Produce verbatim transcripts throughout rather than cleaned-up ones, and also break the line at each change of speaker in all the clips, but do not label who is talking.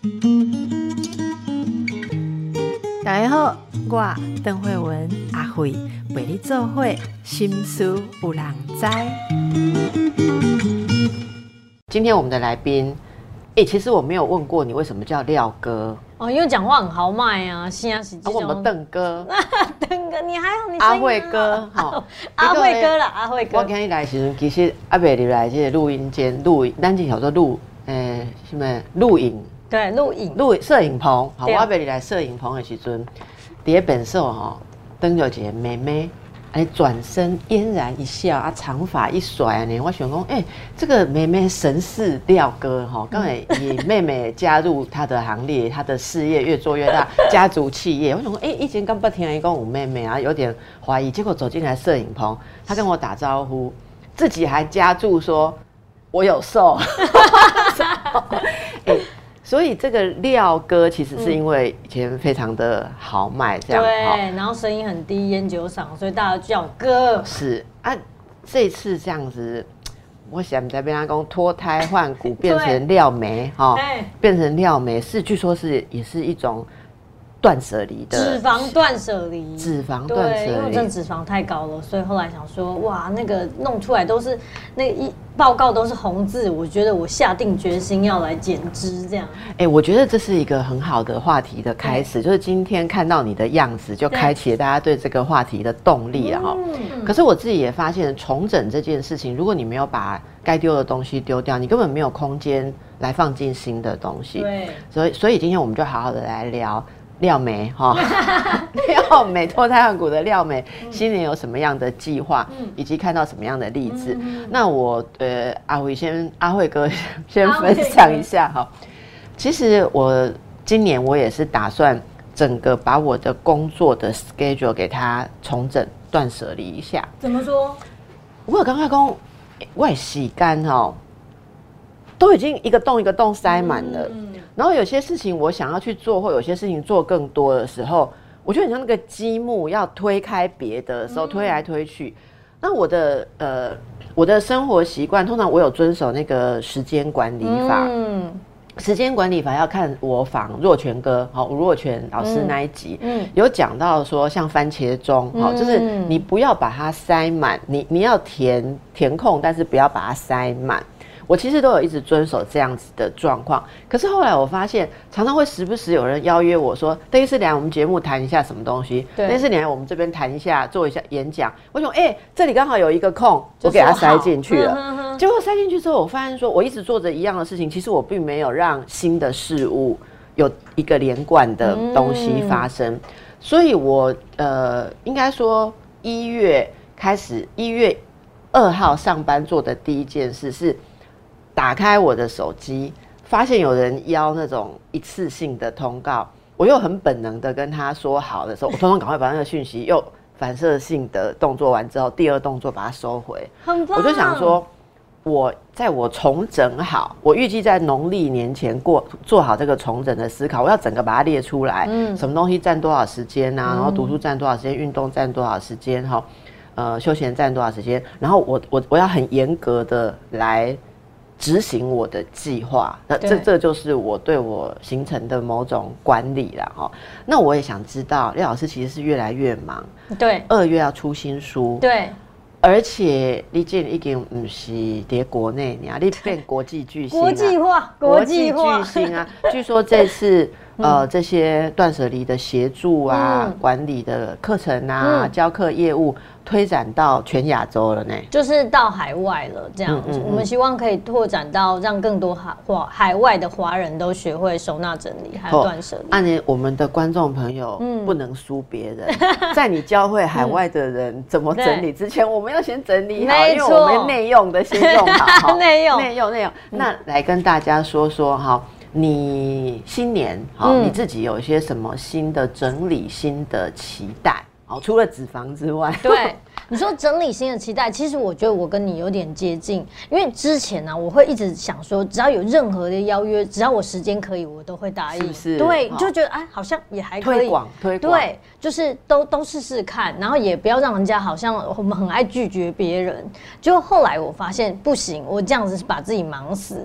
大家好，我邓惠文阿惠陪你做伙，心思有人知。
今天我们的来宾，哎、欸，其实我没有问过你为什么叫廖哥
哦，因为讲话很豪迈啊，是啊，是这种。
啊，我们邓哥，
邓哥，你还好，你
阿惠哥，
哈，阿惠哥啦，阿惠哥。
我今日来时阵，其实阿伯入来这个录音间录，咱就叫做录，诶、欸，什么录影？
对，录影，
录摄影棚。好，我阿伯入来摄影棚的时阵，伫个本所吼，等着一个妹妹。哎，转身嫣然一笑啊，长发一甩呢。我想讲，哎、欸，这个妹妹神似廖哥哈，刚才以妹妹加入她的行列，她的事业越做越大，家族企业。我想说，哎、欸，以前刚不听人讲有妹妹啊，有点怀疑。结果走进来摄影棚，她跟我打招呼，自己还加注说我有瘦。欸所以这个廖哥其实是因为以前非常的豪迈，这样、嗯、
对，然后声音很低，烟酒嗓，所以大家叫哥。
是啊，这次这样子，我想在被他讲脱胎换骨，变成廖梅哈，变成廖梅是据说是也是一种断舍离的
脂肪断舍离，
脂肪断舍离，
因为真的脂肪太高了，所以后来想说，哇，那个弄出来都是那个一报告都是红字，我觉得我下定决心要来减脂，这样。
哎、欸，我觉得这是一个很好的话题的开始，就是今天看到你的样子，就开启了大家对这个话题的动力了哈。嗯、可是我自己也发现，重整这件事情，如果你没有把该丢的东西丢掉，你根本没有空间来放进新的东西。
对，
所以所以今天我们就好好的来聊。廖梅哈，廖梅脱胎换骨的廖梅，新年有什么样的计划，嗯、以及看到什么样的例子？嗯、那我呃，阿慧先，阿慧哥先分享一下哈。其实我今年我也是打算整个把我的工作的 schedule 给它重整断舍离一下。
怎么说？
我有刚刚讲，我洗干哦，都已经一个洞一个洞塞满了。嗯然后有些事情我想要去做，或有些事情做更多的时候，我觉得很像那个积木要推开别的时候，推来推去。那我的呃我的生活习惯，通常我有遵守那个时间管理法。嗯，时间管理法要看我访若权哥，好，吴若权老师那一集，嗯，有讲到说像番茄钟，好，就是你不要把它塞满，你你要填填空，但是不要把它塞满。我其实都有一直遵守这样子的状况，可是后来我发现，常常会时不时有人邀约我说：“邓医师来我们节目谈一下什么东西？”邓医师来我们这边谈一下，做一下演讲。我想，哎、欸，这里刚好有一个空，我给他塞进去了。嗯、哼哼结果塞进去之后，我发现说，我一直做着一样的事情，其实我并没有让新的事物有一个连贯的东西发生。嗯、所以我呃，应该说一月开始，一月二号上班做的第一件事是。打开我的手机，发现有人邀那种一次性的通告，我又很本能的跟他说好的时候，我通常赶快把那个讯息又反射性的动作完之后，第二动作把它收回。
很棒。
我就想说，我在我重整好，我预计在农历年前过做好这个重整的思考，我要整个把它列出来，嗯，什么东西占多少时间啊，然后读书占多少时间，运动占多少时间，哈，呃，休闲占多少时间，然后我我我要很严格的来。执行我的计划，那这这就是我对我行程的某种管理啦哈。那我也想知道，廖老师其实是越来越忙，
对，
二月要出新书，
对，
而且你这已经不是在国内，你啊，你变国际巨星、啊，
国际化，国际化
巨星啊！据说这次呃这些断舍离的协助啊、嗯、管理的课程啊、嗯、教课业务。推展到全亚洲了呢，
就是到海外了，这样子。嗯嗯嗯我们希望可以拓展到让更多海华海外的华人都学会收纳整理，还有断舍离。
按你我们的观众朋友不能输别人，嗯、在你教会海外的人怎么整理之前，我们要先整理好，因为我们内用的先用好。
内用，
内用，内用。那来跟大家说说哈，你新年好，嗯、你自己有一些什么新的整理、新的期待？哦，除了脂肪之外，
对你说整理新的期待，其实我觉得我跟你有点接近，因为之前呢、啊，我会一直想说，只要有任何的邀约，只要我时间可以，我都会答应。是不是？对，就觉得哎，好像也还可以
推广推广，
对，就是都都试试看，然后也不要让人家好像我们很爱拒绝别人。就后来我发现不行，我这样子把自己忙死。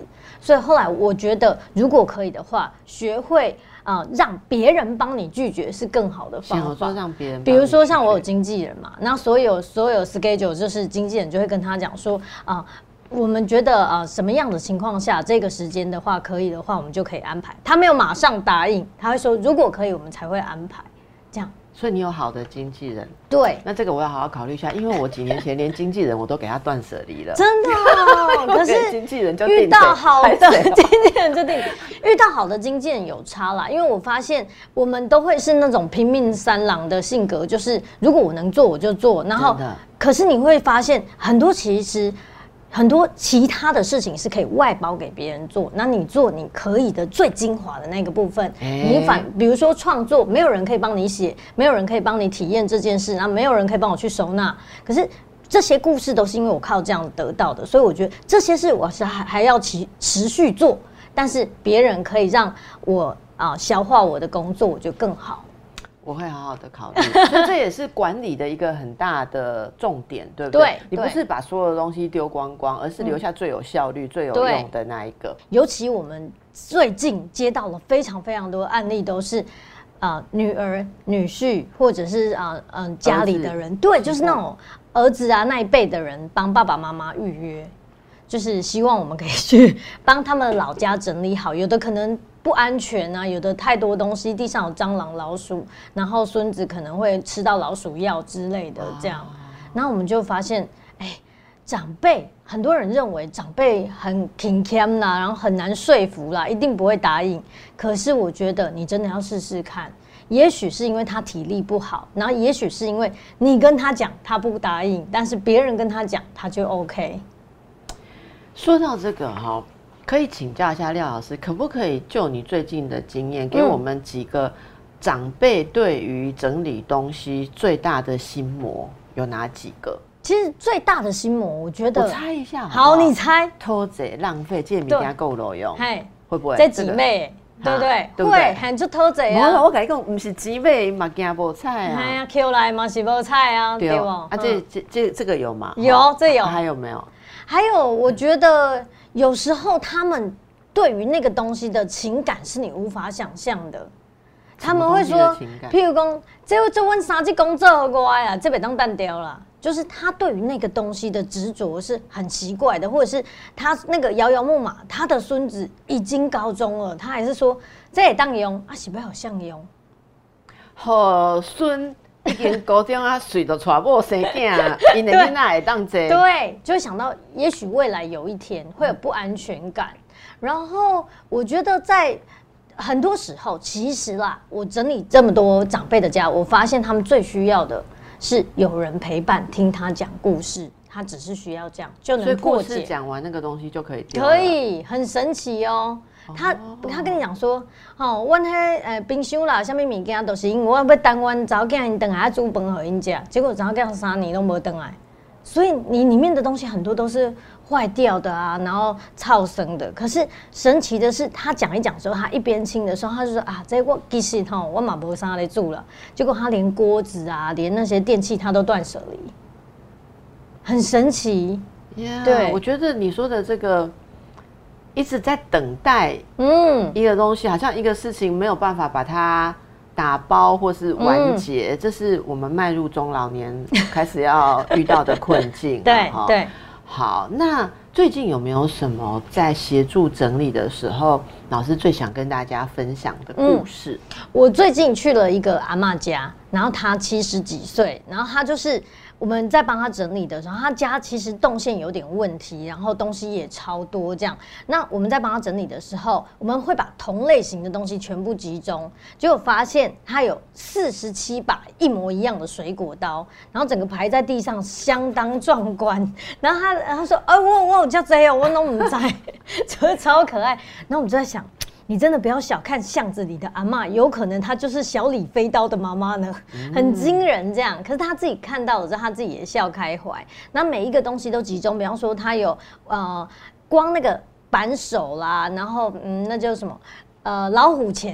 所以后来我觉得，如果可以的话，学会啊、呃、让别人帮你拒绝是更好的方法。
让别人，
比如说像我有经纪人嘛，然后所有所有 schedule 就是经纪人就会跟他讲说啊。呃我们觉得啊、呃，什么样的情况下这个时间的话可以的话，我们就可以安排。他没有马上答应，他会说如果可以，我们才会安排。这样，
所以你有好的经纪人，
对，
那这个我要好好考虑一下，因为我几年前连经纪人我都给他断舍离了，
真的、哦。可是
经纪人就
遇到好的经纪人就定，遇到好的经纪人有差啦。因为我发现我们都会是那种拼命三郎的性格，就是如果我能做我就做，然后可是你会发现很多其实。很多其他的事情是可以外包给别人做，那你做你可以的最精华的那个部分，欸、你反比如说创作，没有人可以帮你写，没有人可以帮你体验这件事，然后没有人可以帮我去收纳。可是这些故事都是因为我靠这样得到的，所以我觉得这些事我是还还要持持续做，但是别人可以让我啊消化我的工作，我觉得更好。
我会好好的考虑，所以这也是管理的一个很大的重点，对不对？
对，
你不是把所有的东西丢光光，而是留下最有效率、嗯、最有用的那一个。
尤其我们最近接到了非常非常多案例，都是啊、呃、女儿、女婿，或者是啊嗯、呃、家里的人，对，就是那种儿子啊那一辈的人帮爸爸妈妈预约，就是希望我们可以去帮他们的老家整理好，有的可能。不安全啊，有的太多东西，地上有蟑螂、老鼠，然后孙子可能会吃到老鼠药之类的，这样，然后我们就发现，哎，长辈很多人认为长辈很挺强啦，然后很难说服啦，一定不会答应。可是我觉得你真的要试试看，也许是因为他体力不好，然后也许是因为你跟他讲他不答应，但是别人跟他讲他就 OK。
说到这个哈。可以请教一下廖老师，可不可以就你最近的经验，给我们几个长辈对于整理东西最大的心魔有哪几个？
其实最大的心魔，我觉得
我猜一下好不
好，好，你猜？
偷贼浪费，这物件够路用，会不会？
这几妹，对不对？对不对？很就偷贼啊！
我我跟你讲，不是几妹嘛，惊无菜啊！
哎呀 ，Q 来嘛是无菜啊，对不？
啊，这这这这个有吗？
有，这有。
还有没有？
还有，我觉得。有时候他们对于那个东西的情感是你无法想象的，他们会说，譬如说，这这问三只工作乖啊，这北当蛋雕啦，就是他对于那个东西的执着是很奇怪的，或者是他那个摇摇木马，他的孙子已经高中了，他还是说这也当用啊，是不好像用，
好孙。已经高中啊，睡到娶某生囝，因的囡仔会当坐。
对，就会想到，也许未来有一天会有不安全感。然后我觉得在很多时候，其实啦，我整理这么多长辈的家，我发现他们最需要的是有人陪伴，听他讲故事。他只是需要这样就能破解。
所以故事讲完那个东西就可以丢了。
可以，很神奇哦。他他跟你讲说，吼、哦，阮迄诶冰箱啦，啥物物件都是因为我要等阮查某囝因回来煮饭给因食，结果查某囝三年都没回来，所以你里面的东西很多都是坏掉的啊，然后臭生的。可是神奇的是，他讲一讲之后，他一边清的时候，他就说啊，这我其实吼我嘛无啥在煮了，结果他连锅子啊，连那些电器他都断舍离，很神奇。
Yeah, 对，我觉得你说的这个。一直在等待，嗯，一个东西，好像一个事情没有办法把它打包或是完结，嗯、这是我们迈入中老年开始要遇到的困境。
对对，
好，那最近有没有什么在协助整理的时候，老师最想跟大家分享的故事？
嗯、我最近去了一个阿嬷家，然后她七十几岁，然后她就是。我们在帮他整理的时候，他家其实动线有点问题，然后东西也超多这样。那我们在帮他整理的时候，我们会把同类型的东西全部集中，结果发现他有四十七把一模一样的水果刀，然后整个排在地上，相当壮观。然后他他说：“啊，我我有叫这哦，我都不知，就是超可爱。”然后我们就在想。你真的不要小看巷子里的阿嬷，有可能她就是小李飞刀的妈妈呢，很惊人这样。可是她自己看到了之后，她自己也笑开怀。那每一个东西都集中，比方说她有呃，光那个扳手啦，然后嗯，那叫什么呃老虎钳。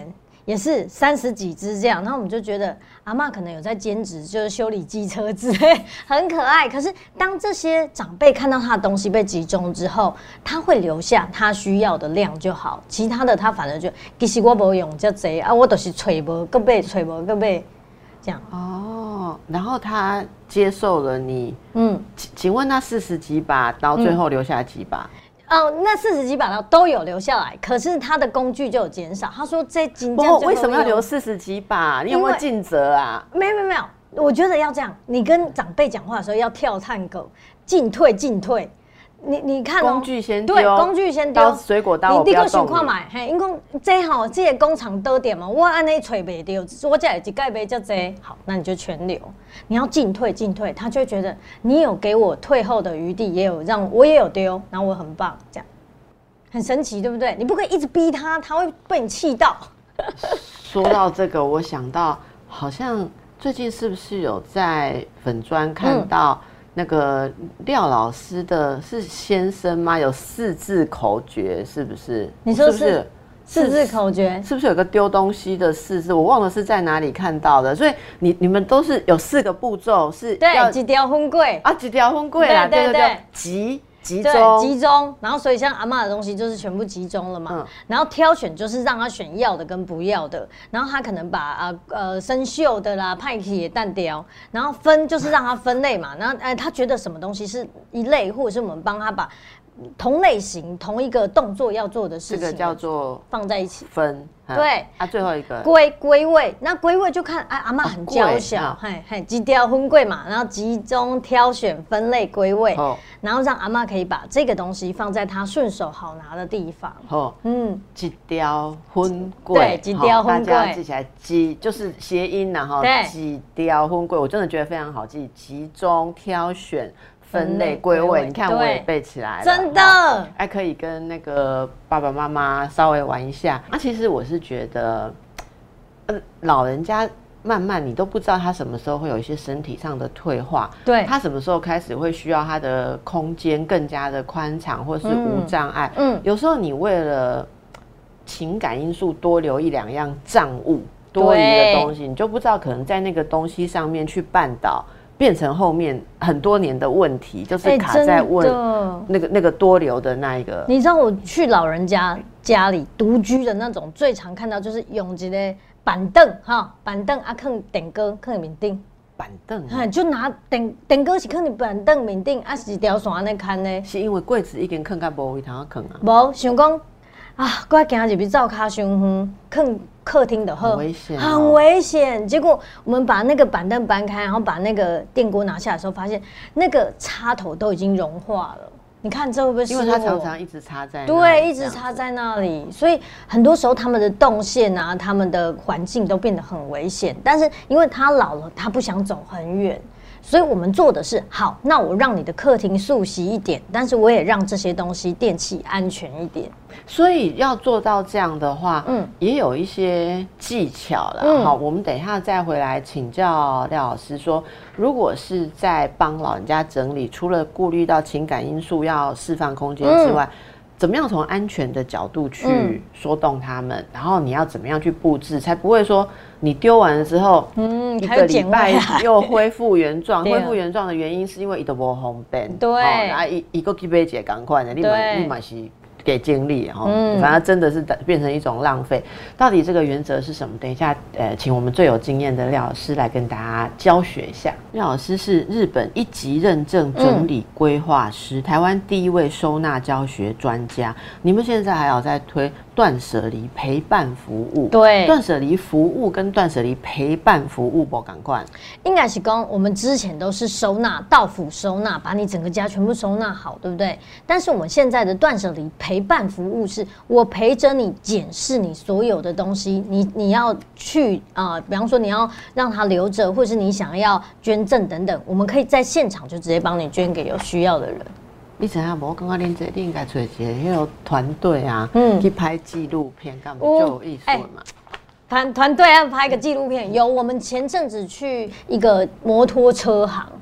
也是三十几只这样，然后我们就觉得阿嬷可能有在兼职，就是修理机车之类，很可爱。可是当这些长辈看到他的东西被集中之后，他会留下他需要的量就好，其他的他反而就其实我不用这多啊，我都是揣无个买，揣无个买这样。
哦，然后他接受了你，嗯，请问那四十几把刀最后留下几把？嗯
哦，那四十几把刀都有留下来，可是他的工具就有减少。他说这金价
为什么要留四十几把？你有没有尽责啊？
没有没有没有，我觉得要这样。你跟长辈讲话的时候要跳探戈，进退进退。你你看、喔，
工具先丢，
对，工具先丢，
水果刀我不要动你。
你你个想看买，嘿，因为这吼，这个工厂多点嘛，我按那吹不掉，我这一盖杯叫这，好，那你就全留。你要进退进退，他就会觉得你有给我退后的余地，也有让我也有丢，然后我很棒，这样很神奇，对不对？你不可以一直逼他，他会被你气到。
说到这个，我想到好像最近是不是有在粉专看到、嗯？那个廖老师的是先生吗？有四字口诀，是不是？
你说是不是四字口诀？
是不是有个丢东西的四字？我忘了是在哪里看到的。所以你你们都是有四个步骤，是
对，几条分柜
啊，几条分柜啦，对对对，集集中
集中，然后所以像阿嬷的东西就是全部集中了嘛。嗯、然后挑选就是让他选要的跟不要的，然后他可能把啊 呃, 呃生锈的啦、派系也淡掉，然后分就是让他分类嘛。然后哎，他觉得什么东西是一类，或者是我们帮他把同类型同一个动作要做的事情，
这个叫做
放在一起
分。
对
啊，最后一个
归归位，那归位就看哎阿嬷很娇小，嘿嘿，几条分柜嘛，然后集中挑选分类归位，哦、然后让阿嬷可以把这个东西放在她顺手好拿的地方。
哦，嗯，几条分柜，
对，几条分柜，
大家记起来，集就是谐音然后几条分柜，我真的觉得非常好记，集中挑选。分类归位，你看我也背起来了，
真的，
还可以跟那个爸爸妈妈稍微玩一下。那、啊、其实我是觉得，呃，老人家慢慢你都不知道他什么时候会有一些身体上的退化，
对，
他什么时候开始会需要他的空间更加的宽敞或是无障碍。嗯，嗯有时候你为了情感因素多留一两样障物、多余的东西，你就不知道可能在那个东西上面去绊倒。变成后面很多年的问题，就是卡在问那个、欸、那个多留的那一个。
你知道我去老人家家里独居的那种，最常看到就是用一个板凳哈，板凳啊，放电锅，放面顶。
板凳、
啊，就拿电电锅是放伫板凳面顶，啊是一条线安尼看呢。
是因为柜子已经放到无位通放啊。
无想讲啊，我行入去灶骹伤远，放客厅的好，
很危险、哦，
很危险。结果我们把那个板凳搬开，然后把那个电锅拿下来的时候，发现那个插头都已经融化了。你看这会不会是
因为它常常一直插在那里，
对，一直插在那里，所以很多时候他们的动线啊，他们的环境都变得很危险。但是因为他老了，他不想走很远。所以我们做的是好，那我让你的客厅素洗一点，但是我也让这些东西电器安全一点。
所以要做到这样的话，嗯，也有一些技巧啦。好、嗯，我们等一下再回来请教廖老师说，如果是在帮老人家整理，除了顾虑到情感因素要释放空间之外，嗯、怎么样从安全的角度去说动他们、嗯？然后你要怎么样去布置，才不会说你丢完了之后，嗯，一个礼拜又恢复原状。恢复原状的原因是因为伊都无方便，
对，
啊，伊伊个去买一个同款的，你嘛你嘛是给精力哈，嗯、反正真的是变成一种浪费。到底这个原则是什么？等一下，呃，请我们最有经验的廖老师来跟大家教学一下。廖老师是日本一级认证整理规划师，嗯、台湾第一位收纳教学专家。你们现在还有在推断舍离陪伴服务？
对，
断舍离服务跟断舍离陪伴服务不赶快？
应该是讲我们之前都是收纳到府收纳，把你整个家全部收纳好，对不对？但是我们现在的断舍离陪伴服务是我陪着你检视你所有的东西，你你要去啊、呃，比方说你要让它留着，或是你想要捐赠等等，我们可以在现场就直接帮你捐给有需要的人。
你知影无？我感觉恁这你应该找一个迄个团队啊，嗯，去拍纪录片，干嘛就有意思嘛。
团团队要拍个纪录片，有我们前阵子去一个摩托车行。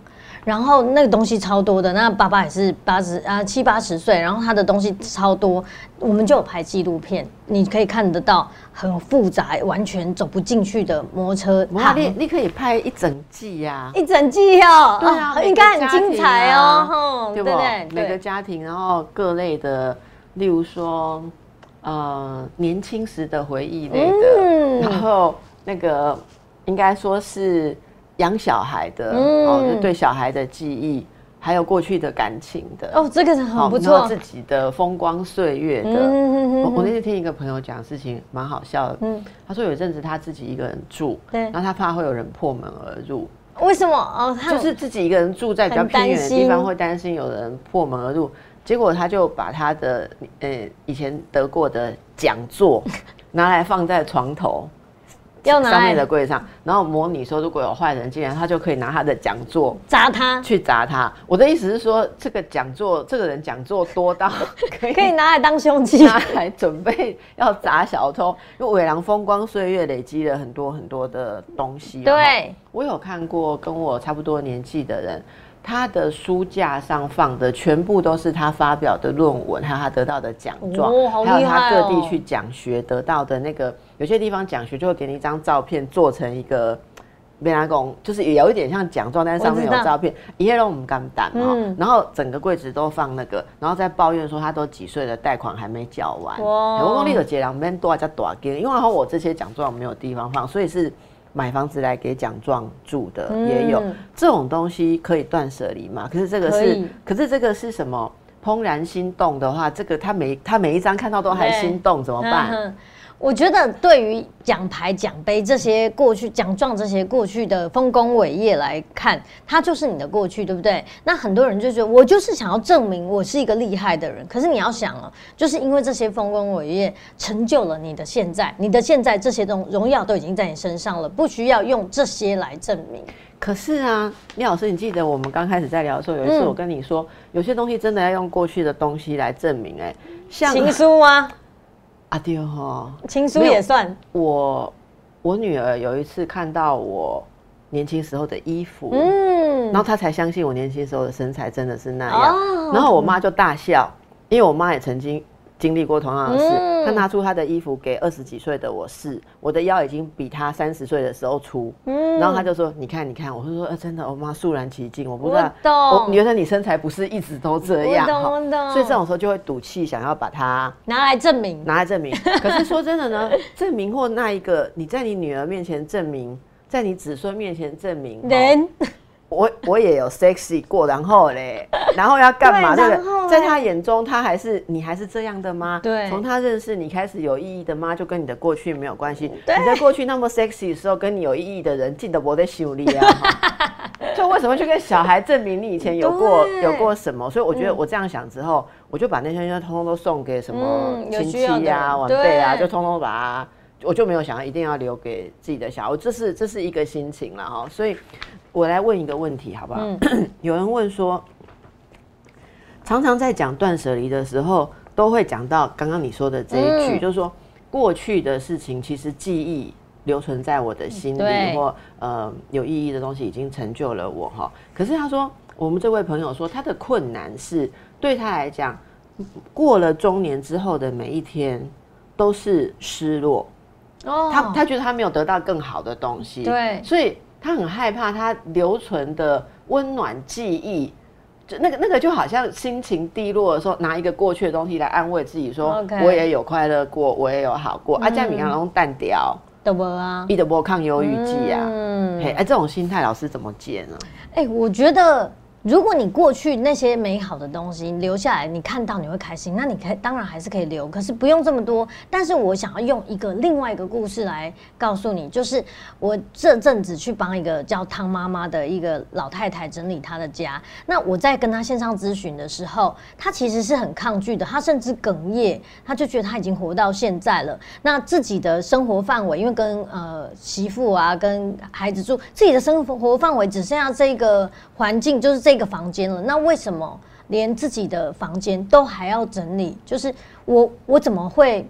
然后那个东西超多的，那爸爸也是八十啊七八十岁，然后他的东西超多，我们就有拍纪录片，你可以看得到很复杂，完全走不进去的摩托车。
哇，你你可以拍一整季呀、啊，
一整季哦，
对啊，
应该很精彩哦，
啊、对不对？每个家庭，然后各类的，例如说，呃，年轻时的回忆类的，嗯、然后那个应该说是。养小孩的、嗯、哦，对小孩的记忆，还有过去的感情的
哦，这个很不错。
自己的风光岁月的，嗯、我我那天听一个朋友讲事情，蛮好笑的。嗯，他说有一阵子他自己一个人住，对，然后他怕会有人破门而入。
为什么？哦，
就是自己一个人住在比较偏远的地方，会担心有人破门而入。结果他就把他的呃以前得过的讲座拿来放在床头。上面的柜子上，然后模拟说，如果有坏人进来，他就可以拿他的讲座
砸他，
去砸他。我的意思是说，这个讲座，这个人讲座多到可以
可以拿来当凶器，
拿来准备要砸小偷。因为伟良风光岁月累积了很多很多的东西。
对，
我有看过跟我差不多年纪的人。他的书架上放的全部都是他发表的论文，还有他得到的奖状、
哦好厉害哦，
还有他各地去讲学得到的那个。有些地方讲学就会给你一张照片，做成一个，别人讲就是也有一点像奖状，但是上面有照片。一夜都不敢胆嘛，然后整个柜子都放那个，然后再抱怨说他都几岁了，贷款还没缴完。哇！我讲你就结两边多加大间，因为我这些奖状没有地方放，所以是。买房子来给奖状住的也有、嗯、这种东西可以断舍离嘛？可是这个是，可是这个是什么？怦然心动的话，这个他每他每一张看到都还心动，怎么办？嗯
我觉得对于奖牌、奖杯这些过去奖状这些过去的丰功伟业来看，它就是你的过去，对不对？那很多人就觉得我就是想要证明我是一个厉害的人，可是你要想哦，就是因为这些丰功伟业成就了你的现在，你的现在这些荣荣耀都已经在你身上了，不需要用这些来证明。
可是啊，聂老师，你记得我们刚开始在聊的时候，有一次我跟你说，嗯、有些东西真的要用过去的东西来证明、欸，哎，像
情书吗？
啊对哈，
情书也算。
我我女儿有一次看到我年轻时候的衣服，嗯，然后她才相信我年轻时候的身材真的是那样。哦、然后我妈就大笑，因为我妈也曾经经历过同样的事。嗯、她拿出她的衣服给二十几岁的我试，我的腰已经比她三十岁的时候粗。嗯，然后她就说：“你看，你看。”我就说：“呃，真的，我妈肃然起敬。我不知道，我, 我原来你身材不是一直都这样。”
我懂，我懂。
所以这种时候就会赌气，想要把它
拿来证明，
拿来证明。可是说真的呢，证明或那一个，你在你女儿面前证明，在你子孙面前证明，人。我我也有 sexy 过，然后嘞，然后要干嘛？对不对？在他眼中，他还是你还是这样的吗？对。从他认识你开始有意义的吗？就跟你的过去没有关系。你在过去那么 sexy 的时候，跟你有意义的人，记得我在修理啊。就为什么去跟小孩证明你以前有过有过什么？所以我觉得我这样想之后，我就把那些东西通通都送给什么亲戚啊、晚辈啊，就通通把它。我就没有想要一定要留给自己的小孩，这是这是一个心情啦哈。所以我来问一个问题好不好？嗯、有人问说，常常在讲断舍离的时候，都会讲到刚刚你说的这一句，嗯、就是说过去的事情其实记忆留存在我的心里，或呃有意义的东西已经成就了我哈。可是他说，我们这位朋友说，他的困难是对他来讲，过了中年之后的每一天都是失落。Oh. 他他觉得他没有得到更好的东西，对，所以他很害怕他留存的温暖记忆，就那个那个就好像心情低落的时候，拿一个过去的东西来安慰自己说， okay. 我也有快乐过，我也有好过。嗯、啊，这样你看用淡掉，
都无啊，
伊都无抗忧郁剂啊，嗯，嘿，哎、啊，这种心态老师怎么解呢？
哎、欸，我觉得。如果你过去那些美好的东西留下来，你看到你会开心，那你可以当然还是可以留，可是不用这么多。但是我想要用一个另外一个故事来告诉你，就是我这阵子去帮一个叫汤妈妈的一个老太太整理她的家。那我在跟她线上咨询的时候，她其实是很抗拒的，她甚至哽咽，她就觉得她已经活到现在了，那自己的生活范围，因为跟呃媳妇啊跟孩子住，自己的生活范围只剩下这个环境，就是这个。这个房间了，那为什么连自己的房间都还要整理？就是我，我怎么会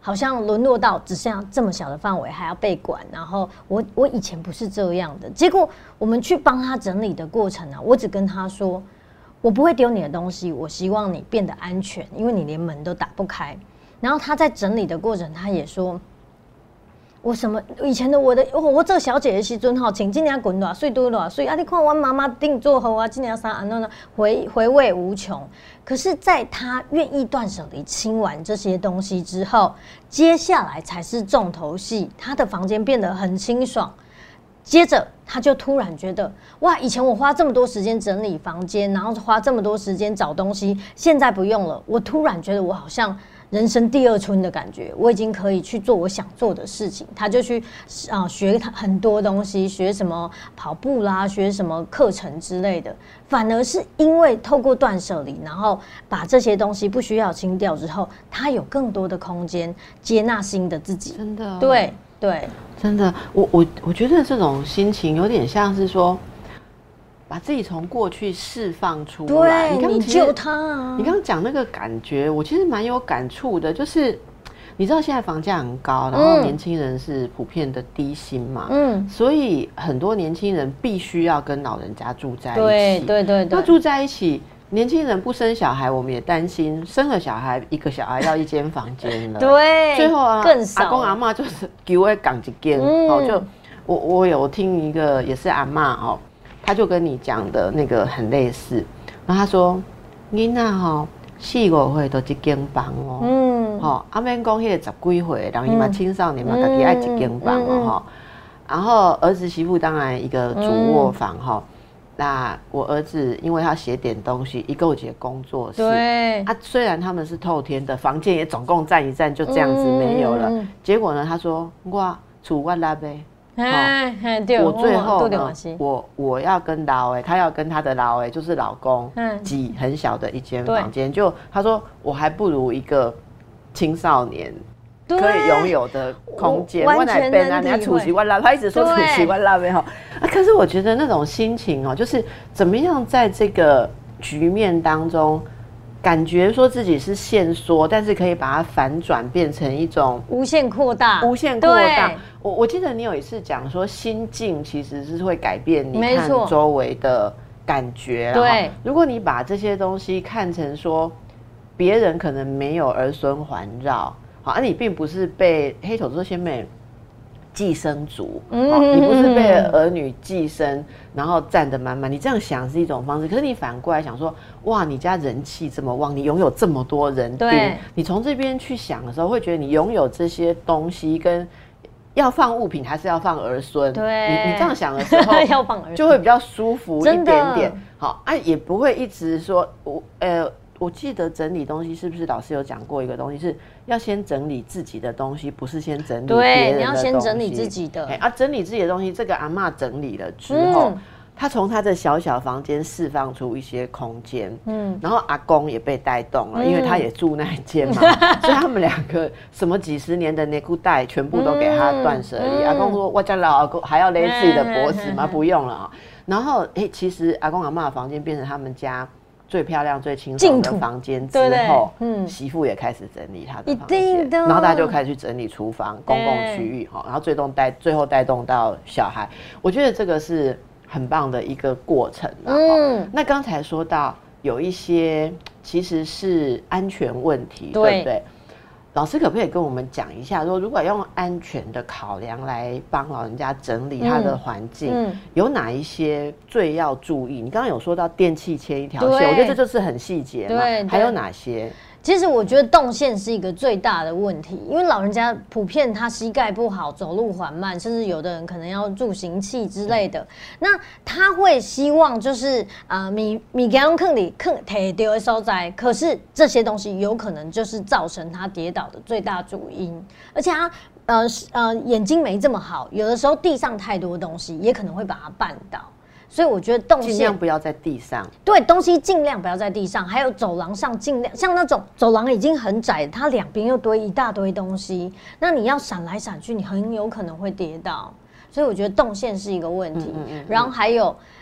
好像沦落到只剩下这么小的范围，还要被管。然后我我以前不是这样的，结果我们去帮他整理的过程啊，我只跟他说，我不会丢你的东西，我希望你变得安全，因为你连门都打不开。然后他在整理的过程，他也说，我什么以前的我的、哦、我这小姐的时阵哈，请今年滚多岁多多岁啊！你看我妈妈定做后啊，今年三安那回回味无穷。可是，在他愿意断舍离清完这些东西之后，接下来才是重头戏。他的房间变得很清爽，接着他就突然觉得，哇，以前我花这么多时间整理房间，然后花这么多时间找东西，现在不用了。我突然觉得我好像人生第二春的感觉，我已经可以去做我想做的事情。他就去啊学很多东西，学什么跑步啦，学什么课程之类的。反而是因为透过断舍离，然后把这些东西不需要清掉之后，他有更多的空间接纳新的自己。
真的、哦，
对对，
真的，我我我觉得这种心情有点像是说，把自己从过去释放出来，
对，你救他啊！
你刚刚讲那个感觉，我其实蛮有感触的，就是你知道现在房价很高，然后年轻人是普遍的低薪嘛，嗯，所以很多年轻人必须要跟老人家住在一起，
对对对对，
那住在一起。年轻人不生小孩，我们也担心生了小孩，一个小孩要一间房间了。
对，
最后啊，
更少
阿公阿嬷就是给我港一间，嗯、哦，就我我有听一个也是阿嬷哦，他就跟你讲的那个很类似，然后他说，囡仔吼四五岁都一间房哦，嗯，吼阿免讲迄个十几岁，人伊嘛青少年嘛，家己爱一间房哦，哈、嗯，然后儿子媳妇当然一个主卧房哈。嗯那我儿子因为他写点东西，一个节工作室，
对
啊，虽然他们是透天的房间，也总共占一占，就这样子没有了。嗯、结果呢，他说我厝我拉呗，
哎、哦，
我最后呢，我我要跟老哎，他要跟他的老哎，就是老公挤很小的一间房间，就他说我还不如一个青少年。可以拥有的空间，
我来
变啊，人家出席我拉，他一直说出席我拉没哈。啊，可是我觉得那种心情哦，就是怎么样在这个局面当中，感觉说自己是限缩，但是可以把它反转变成一种
无限扩大，
无限扩大。我我记得你有一次讲说，心境其实是会改变你看周围的感觉。
对，
如果你把这些东西看成说，别人可能没有儿孙环绕。好，而、啊、你并不是被黑头这些妹寄生族，嗯，你不是被儿女寄生，然后占得满满。你这样想是一种方式，可是你反过来想说，哇，你家人气这么旺，你拥有这么多人丁，你从这边去想的时候，会觉得你拥有这些东西跟要放物品还是要放儿孙？
对，
你你这样想的时候，
要放儿孙
就会比较舒服一点点。好，啊，也不会一直说我呃。我记得整理东西是不是老师有讲过一个东西，是要先整理自己的东西，不是先整理别人的东西。
对，你要先整理自己的。
啊，整理自己的东西，这个阿嬷整理了之后，嗯、他从他的小小房间释放出一些空间，嗯，然后阿公也被带动了，嗯、因为他也住那一间嘛，所以他们两个什么几十年的内裤带全部都给他断舍离。嗯、阿公说：“我家老阿公还要勒自己的脖子吗？嗯、不用了啊。”然后，哎、欸，其实阿公阿嬷的房间变成他们家最漂亮、最清爽的房间之后，嗯，媳妇也开始整理她的房间，然后大家就开始去整理厨房、公共区域，哈，然后最动带最后带动到小孩。我觉得这个是很棒的一个过程啦。嗯，那刚才说到有一些其实是安全问题， 对, 对不对？老师可不可以跟我们讲一下，说如果用安全的考量来帮老人家整理他的环境，嗯嗯、有哪一些最要注意？你刚刚有说到电器牵一条线，我觉得这就是很细节嘛。对，还有哪些？
其实我觉得动线是一个最大的问题，因为老人家普遍他膝盖不好，走路缓慢，甚至有的人可能要助行器之类的。那他会希望就是啊，米米给他坑里坑提丢的所在，可是这些东西有可能就是造成他跌倒的最大主因，而且他呃呃眼睛没这么好，有的时候地上太多东西，也可能会把他绊倒。所以我觉得动线
尽量不要在地上，
对，东西尽量不要在地上，还有走廊上尽量，像那种走廊已经很窄，它两边又堆一大堆东西，那你要闪来闪去，你很有可能会跌倒。所以我觉得动线是一个问题，嗯嗯嗯嗯然后还有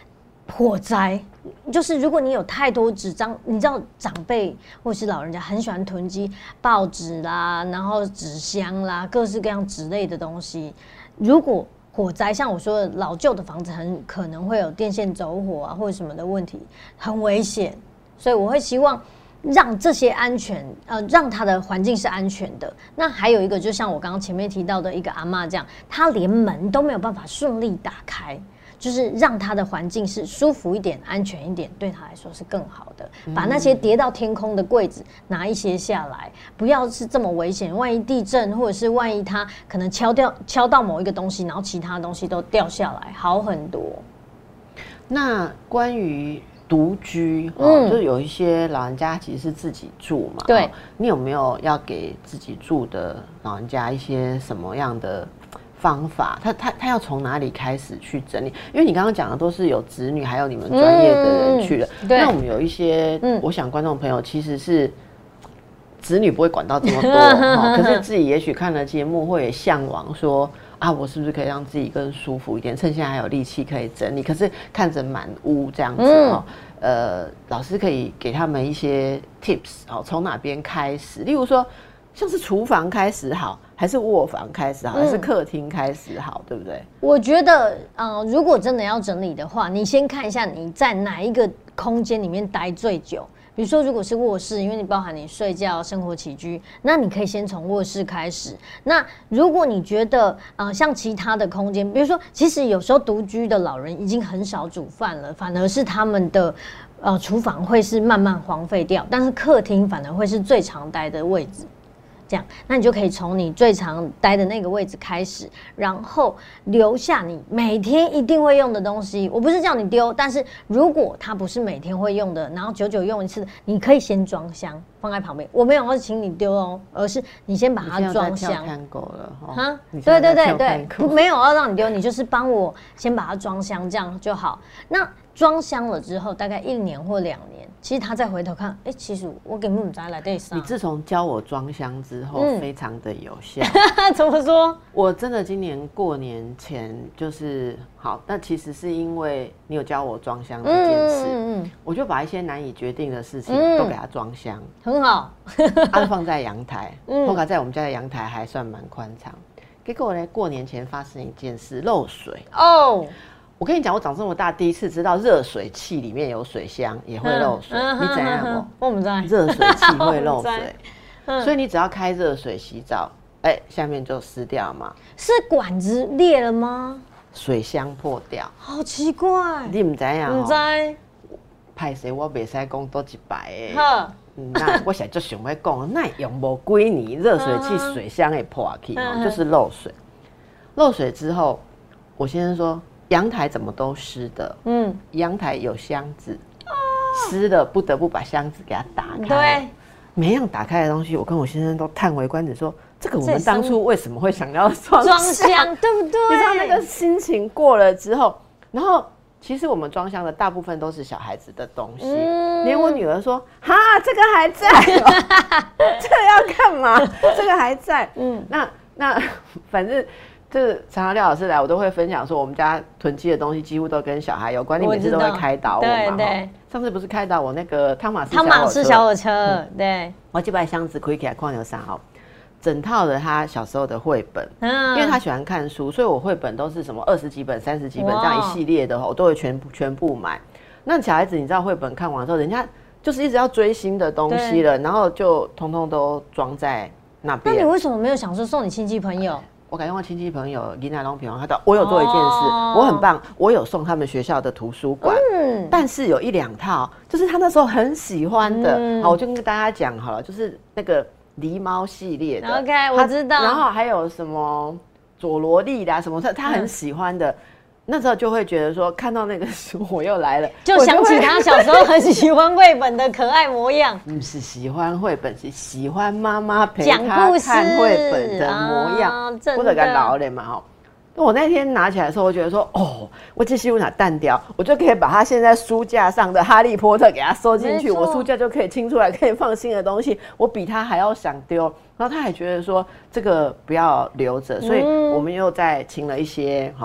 火灾。就是如果你有太多纸张，你知道长辈或是老人家很喜欢囤积报纸啦，然后纸箱啦，各式各样纸类的东西。如果火灾，像我说的老旧的房子，很可能会有电线走火啊，或者什么的问题，很危险。所以我会希望让这些安全，呃，让它的环境是安全的。那还有一个，就像我刚刚前面提到的一个阿嬷这样，她连门都没有办法顺利打开。就是让他的环境是舒服一点、安全一点，对他来说是更好的。把那些叠到天空的柜子拿一些下来，不要是这么危险。万一地震，或者是万一他可能敲掉、敲到某一个东西，然后其他东西都掉下来，好很多。
那关于独居，哦嗯、就是有一些老人家其实是自己住嘛，
对、
哦，你有没有要给自己住的老人家一些什么样的方法？他他他要从哪里开始去整理？因为你刚刚讲的都是有子女，还有你们专业的人去了。嗯、那我们有一些，嗯、我想观众朋友其实是子女不会管到这么多，哦、可是自己也许看了节目，会也向往说啊，我是不是可以让自己更舒服一点？趁现在还有力气可以整理，可是看着满屋这样子，嗯、哦，呃，老师可以给他们一些 tips 哦，从哪边开始？例如说，像是厨房开始好。还是卧房开始好，还是客厅开始好，嗯、对不对？
我觉得，呃，如果真的要整理的话，你先看一下你在哪一个空间里面待最久。比如说，如果是卧室，因为你包含你睡觉、生活起居，那你可以先从卧室开始。那如果你觉得，呃，像其他的空间，比如说，其实有时候独居的老人已经很少煮饭了，反而是他们的呃厨房会是慢慢荒废掉，但是客厅反而会是最常待的位置。这样，那你就可以从你最常待的那个位置开始，然后留下你每天一定会用的东西。我不是叫你丢，但是如果它不是每天会用的，然后久久用一次，你可以先装箱放在旁边。我没有要请你丢哦，而是你先把它装箱。
看够了
哈，对对对对，没有要让你丢，你就是帮我先把它装箱，这样就好。那装箱了之后，大概一年或两年，其实他再回头看，哎、欸，其实我根本不知道来对上。
你自从教我装箱之后，嗯、非常的有效。
怎么说？
我真的今年过年前就是好，那其实是因为你有教我装箱这件事，嗯嗯、我就把一些难以决定的事情都给它装箱，
嗯、很好。
安放在阳台，后来、嗯、在我们家的阳台还算蛮宽敞。结果呢，过年前发生一件事，漏水哦。我跟你讲，我长这么大第一次知道热水器里面有水箱也会漏水，嗯、你怎样不？
我们在
热水器会漏水，嗯、所以你只要开热水洗澡，哎、欸，下面就湿掉嘛。
是管子裂了吗？
水箱破掉，
好奇怪。
你唔知呀？
唔知。
歹势，我袂使讲多一摆诶。好。那我现在就想要讲，那用无几年热水器水箱会破去哦，就是漏水。漏水之后，我先生说。阳台怎么都湿的？嗯，阳台有箱子，哦、湿的不得不把箱子给它打开。对，每样打开的东西，我跟我先生都叹为观止说，这个我们当初为什么会想要装
装箱，对不对？
你知道那个心情过了之后，然后其实我们装箱的大部分都是小孩子的东西，嗯、连我女儿说：“哈，这个还在、喔，这个要干嘛？这个还在。”嗯，那那反正。就是常常廖老师来，我都会分享说，我们家囤积的东西几乎都跟小孩有关。你每次都会开导我嘛？对对。上次不是开导我那个汤马斯
汤马斯小火车？嗯、对。
我就把箱子开起来，看有啥好，整套的他小时候的绘本，嗯、因为他喜欢看书，所以我绘本都是什么二十几本、三十几本这样一系列的，我都会全部全部买。那小孩子，你知道绘本看完之后，人家就是一直要追新的东西了，然后就通通都装在那边。
那你为什么没有想说送你亲戚朋友？
我感觉我亲戚朋友、囡仔拢平常，他我有做一件事，哦、我很棒，我有送他们学校的图书馆，嗯、但是有一两套，就是他那时候很喜欢的，嗯、好，我就跟大家讲好了，就是那个狸猫系列的
，OK， 我知道，
然后还有什么佐罗莉啦，什么他他很喜欢的。嗯那时候就会觉得说，看到那个书我又来了，
就想起他小时候很喜欢绘本的可爱模样。
不是喜欢绘本，是喜欢妈妈陪他看绘本的模样，或者跟老脸嘛哈。我那天拿起来的时候，我觉得说，哦，我这书哪淡掉，我就可以把他现在书架上的《哈利波特》给他收进去，我书架就可以清出来，可以放新的东西。我比他还要想丢，然后他还觉得说这个不要留着，所以我们又再请了一些好。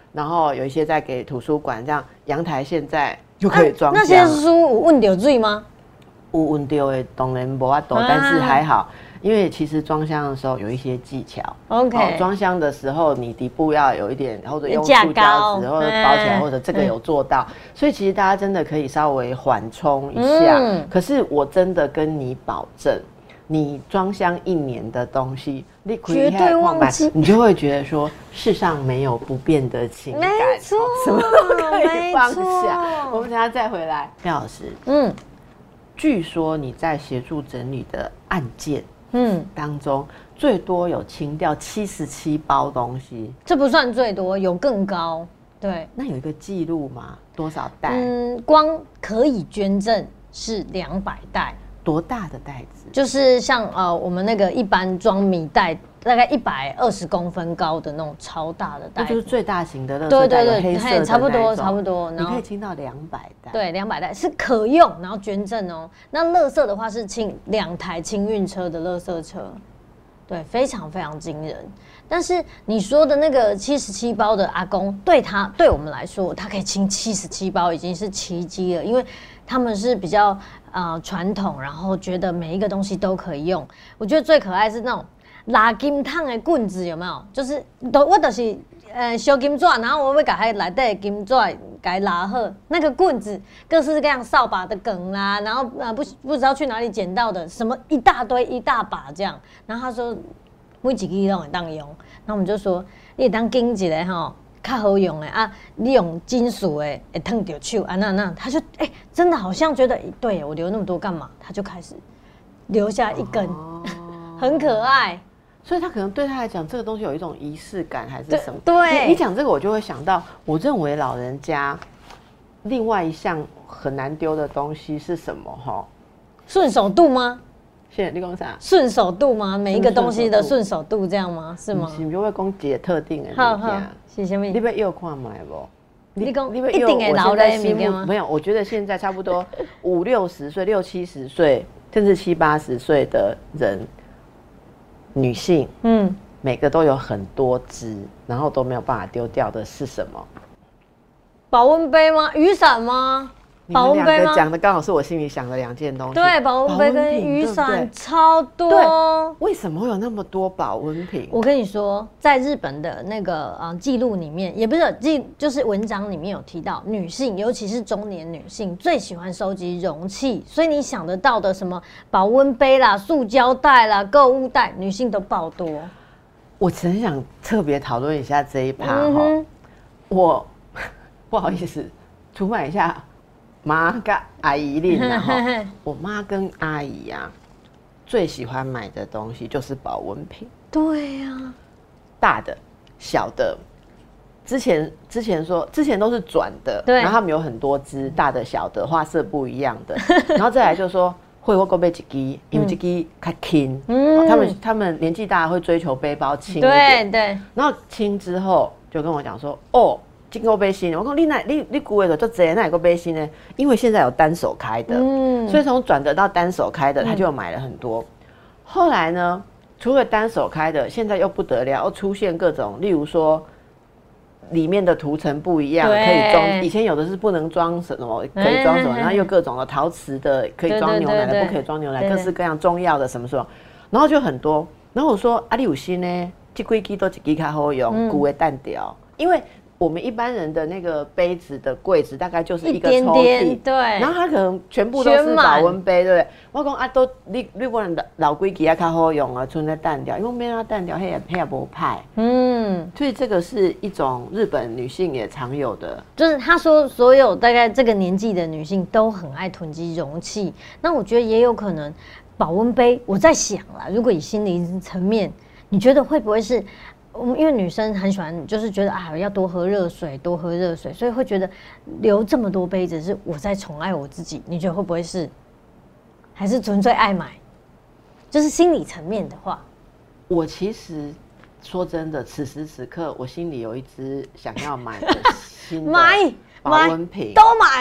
然后有一些在给图书馆，这样阳台现在就可以装箱。
那些书有问到水吗？
有问到的当然没法度，啊、但是还好。因为其实装箱的时候有一些技巧
，OK，
哦、装箱的时候你底部要有一点，或者用塑胶纸或者包起来，或者这个有做到，嗯、所以其实大家真的可以稍微缓冲一下。嗯、可是我真的跟你保证，你装箱一年的东西，你
绝对忘记，
你就会觉得说世上没有不变的情感，
没错，
什么都可以放下。我们等一下再回来，廖老师，嗯，据说你在协助整理的案件。嗯，当中最多有清掉七十七包东西，
这不算最多，有更高。对，
那有一个记录吗？多少袋？
嗯，光可以捐赠是两百袋。
多大的袋子？
就是像呃我们那个一般装米袋，大概一百二十公分高的那种超大的袋子，
那就是最大型的垃圾袋，
对对对，
黑色的
差不多差不多。
你可以清到两百袋，
对，两百袋是可用，然后捐赠哦。那垃圾的话是清两台清运车的垃圾车，对，非常非常惊人。但是你说的那个七十七包的阿公，对他对我们来说，他可以清七十七包已经是奇迹了，因为他们是比较呃传统，然后觉得每一个东西都可以用。我觉得最可爱是那种拉金烫的棍子，有没有？就是都我就是呃烧金纸，然后我要把它内底的金纸给它拉好，那个棍子各式各样扫把的梗啦，然后呃不不知道去哪里捡到的，什么一大堆一大把这样。然后他说每一支都会当用，然后我们就说你会当紧一个吼。较好用的啊，你用金属的会烫到手啊，那那他就哎、欸，真的好像觉得对我留那么多干嘛？他就开始留下一根，哦、很可爱。
所以他可能对他来讲，这个东西有一种仪式感，还是什么？
对，
你讲这个，我就会想到，我认为老人家另外一项很难丢的东西是什么？哈，
顺手度吗？
现在你讲啥？
顺手度吗？每一个东西的顺手度这样吗？是吗？
你就会讲一个特定的物件。
是什么？
你要要看买不？
你讲一定会老的物件吗？
没有，我觉得现在差不多五六十岁、六七十岁，甚至七八十岁的人，女性，嗯，每个都有很多支，然后都没有办法丢掉的是什么？
保温杯吗？雨伞吗？
保温杯吗？讲的刚好是我心里想的两件东西。
对，保温杯跟雨伞超多。
对，为什么会有那么多保温瓶？
我跟你说，在日本的那个呃记录里面，也不是记，就是文章里面有提到，女性尤其是中年女性最喜欢收集容器，所以你想得到的什么保温杯啦、塑胶袋啦、购物袋，女性都爆多。
我很想特别讨论一下这一趴哈、嗯，我不好意思，出卖一下。妈跟阿姨令然后我妈跟阿姨啊，最喜欢买的东西就是保温瓶。
对呀、啊，
大的、小的，之前之前说之前都是转的，然后他们有很多支，大的、小的，花色不一样的，然后再来就说会我够背几支，因为这支较轻，嗯，他们他们年纪大会追求背包轻一点，
对对，
然后轻之后就跟我讲说哦。经过背心，我讲你哪你你古的就这那有个背心呢？因为现在有单手开的，嗯，所以从转折到单手开的，他就买了很多。嗯、后来呢，除了单手开的，现在又不得了，又出现各种，例如说里面的涂层不一样，可以装。以前有的是不能装什么，可以装什么，然后又各种的陶瓷的可以装牛奶的，不可以装牛奶，各式各样中药的什么什么，然后就很多。然后我说啊，你有心呢，这几支都一支较好用，古的淡掉，因为。我们一般人的那个杯子的柜子大概就是一个抽屉，
一点点对，
然后它可能全部都是保温杯，对不对？我讲啊，都你你可能老规矩啊较好用啊，存在淡掉，因为没让它淡掉，它也它也不派。嗯，所以这个是一种日本女性也常有的，
就是他说所有大概这个年纪的女性都很爱囤积容器。那我觉得也有可能保温杯，我在想啦，如果以心理层面，你觉得会不会是？我们因为女生很喜欢，就是觉得啊要多喝热水，多喝热水，所以会觉得留这么多杯子是我在宠爱我自己。你觉得会不会是？还是纯粹爱买？就是心理层面的话，
我其实说真的，此时此刻我心里有一支想要买的新的保温瓶，
都买。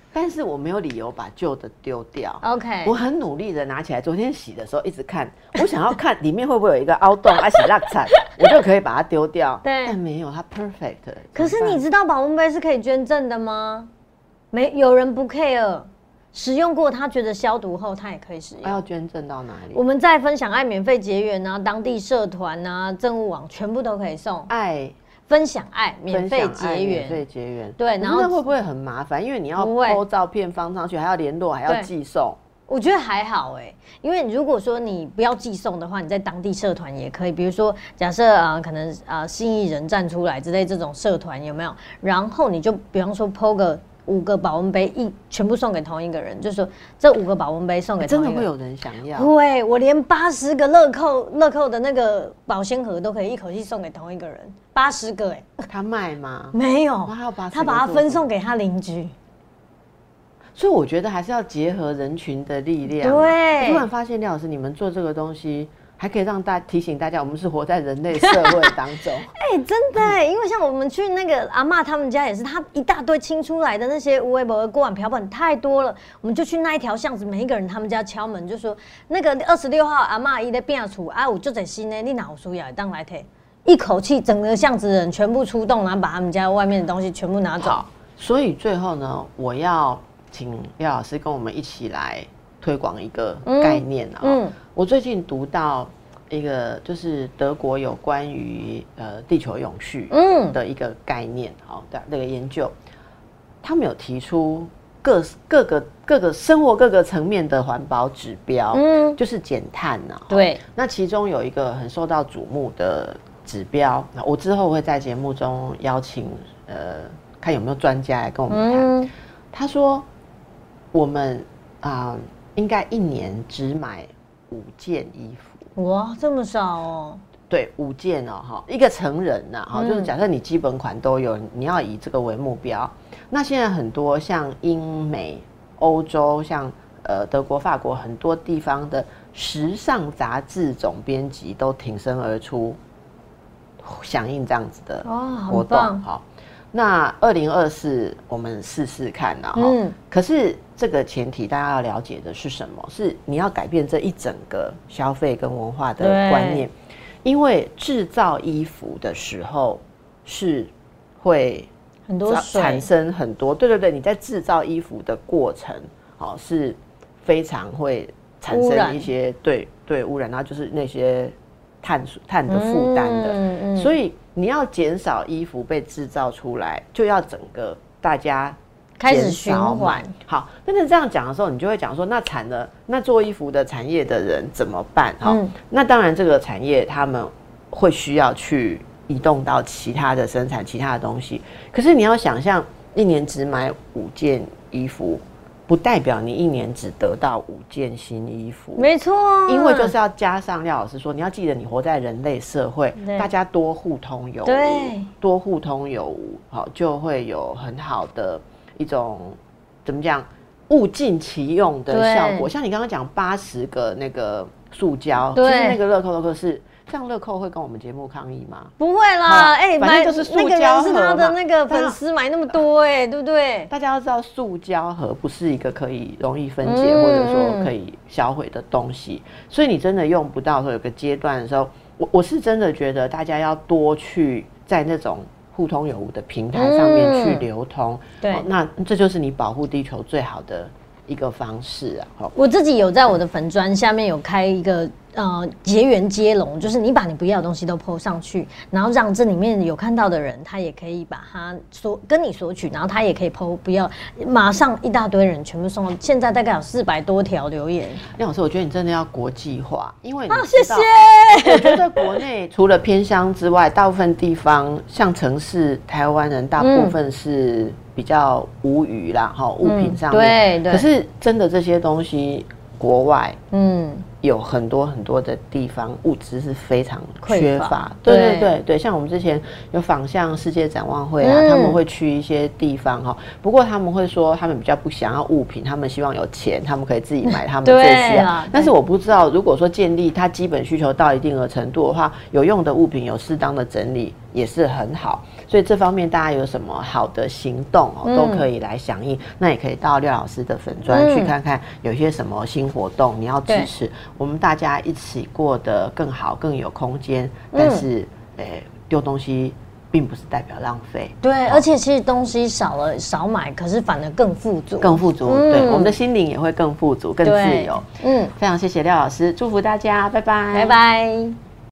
但是我没有理由把旧的丢掉。
OK，
我很努力的拿起来，昨天洗的时候一直看，我想要看里面会不会有一个凹洞，而且烂惨，我就可以把它丢掉。
对，
但没有，它 perfect。
可是你知道保温杯是可以捐赠的吗？没有人不 care， 使用过他觉得消毒后他也可以使用。
要捐赠到哪里？
我们在分享爱免费结缘啊，当地社团啊，政务网全部都可以送
爱。
分享爱，免费结缘，免
费结缘，
对，然后
那会不会很麻烦？因为你要 po 照片放上去，还要联络，还要寄送。
我觉得还好哎、欸，因为如果说你不要寄送的话，你在当地社团也可以，比如说假设啊、呃，可能啊、呃、信义人站出来之类这种社团有没有？然后你就比方说 po 个五个保温杯，一全部送给同一个人，就是说这五个保温杯送给同一个人，
真的会有人想要？
会，我连八十个乐扣乐扣的那个保鲜盒都可以一口气送给同一个人，八十个哎、
欸，他卖吗？
没有，
他把
他把它分送给他邻居。
所以我觉得还是要结合人群的力量。
对，
突然发现廖老师，你们做这个东西。还可以让大提醒大家，我们是活在人类社会当中。
哎、欸，真的、欸，因为像我们去那个阿嬷他们家也是，他一大堆清出来的那些无微博锅碗瓢盆太多了，我们就去那一条巷子，每一个人他们家敲门，就说那个二十六号阿嬷伊在变厝啊，有就在新的，你哪有需要当来提，一口气整个巷子的人全部出动，然后把他们家外面的东西全部拿走。
所以最后呢，我要请廖老师跟我们一起来推广一个概念啊、嗯嗯。我最近读到一个就是德国有关于呃地球永续的一个概念，好的那个研究，他们有提出各各个各个生活各个层面的环保指标，嗯，就是减碳呐。
对，
那其中有一个很受到瞩目的指标，我之后会在节目中邀请呃看有没有专家来跟我们谈。嗯、他说我们啊、呃、应该一年只买五件衣服。
哇，这么少哦？
对，五件哦，哈，一个成人呐，哈、嗯，就是假设你基本款都有，你要以这个为目标。那现在很多像英美、欧洲，像呃德国、法国很多地方的时尚杂志总编辑都挺身而出，响应这样子的活动。好，那二零二四我们试试看啊，嗯，可是这个前提大家要了解的是什么？是你要改变这一整个消费跟文化的观念。因为制造衣服的时候是会
很多
产生很多，对对对，你在制造衣服的过程，好、哦、是非常会产生一些对对污染，然后就是那些碳碳的负担的、嗯嗯，所以你要减少衣服被制造出来，就要整个大家
开始循环。
好，但是这样讲的时候，你就会讲说，那产了那做衣服的产业的人怎么办？哈、嗯，那当然这个产业他们会需要去移动到其他的生产其他的东西。可是你要想象，一年只买五件衣服，不代表你一年只得到五件新衣服。
没错，
因为就是要加上廖老师说，你要记得你活在人类社会，大家多互通有无，
对，
多互通有无，好，就会有很好的一种怎么讲物尽其用的效果。像你刚刚讲八十个那个塑胶，其实那个乐扣乐扣是，像乐扣会跟我们节目抗议吗？
不会啦，哎、欸，
反正就是塑胶盒嘛，那个人
是他的那个粉丝买那么多、欸，哎，对不对？
大家要知道，塑胶盒不是一个可以容易分解、嗯、或者说可以销毁的东西，所以你真的用不到的时候，有个阶段的时候，我我是真的觉得大家要多去在那种互通有无的平台上面去流通，嗯、对、哦，那这就是你保护地球最好的一个方式啊。哦、
我自己有在我的粉专下面有开一个呃结缘接龙，就是你把你不要的东西都 po 上去，然后让这里面有看到的人，他也可以把它索跟你索取，然后他也可以 po 不要，马上一大堆人全部送。现在大概有四百多条留言。
廖老师，我觉得你真的要国际化，因为你
啊，谢谢。
我觉得国内除了偏乡之外，大部分地方像城市，台湾人大部分是比较无余啦，哈、嗯，物品上面、嗯。对对。可是真的这些东西，国外，嗯。有很多很多的地方物资是非常缺乏，对对对对，像我们之前有访向世界展望会啊、嗯，他们会去一些地方哈，不过他们会说他们比较不想要物品，他们希望有钱，他们可以自己买他们最需要。但是我不知道，如果说建立它基本需求到一定的程度的话，有用的物品有适当的整理， 也是很好。所以这方面大家有什么好的行动哦，嗯、都可以来响应。那也可以到廖老师的粉专、嗯、去看看有些什么新活动，你要支持我们大家一起过得更好、更有空间。但是，呃、嗯，丢东西并不是代表浪费。
对，而且其实东西少了少买，可是反而更富足，
更富足。嗯、对，我们的心灵也会更富足、更自由。嗯，非常谢谢廖老师，祝福大家，拜拜，
拜拜。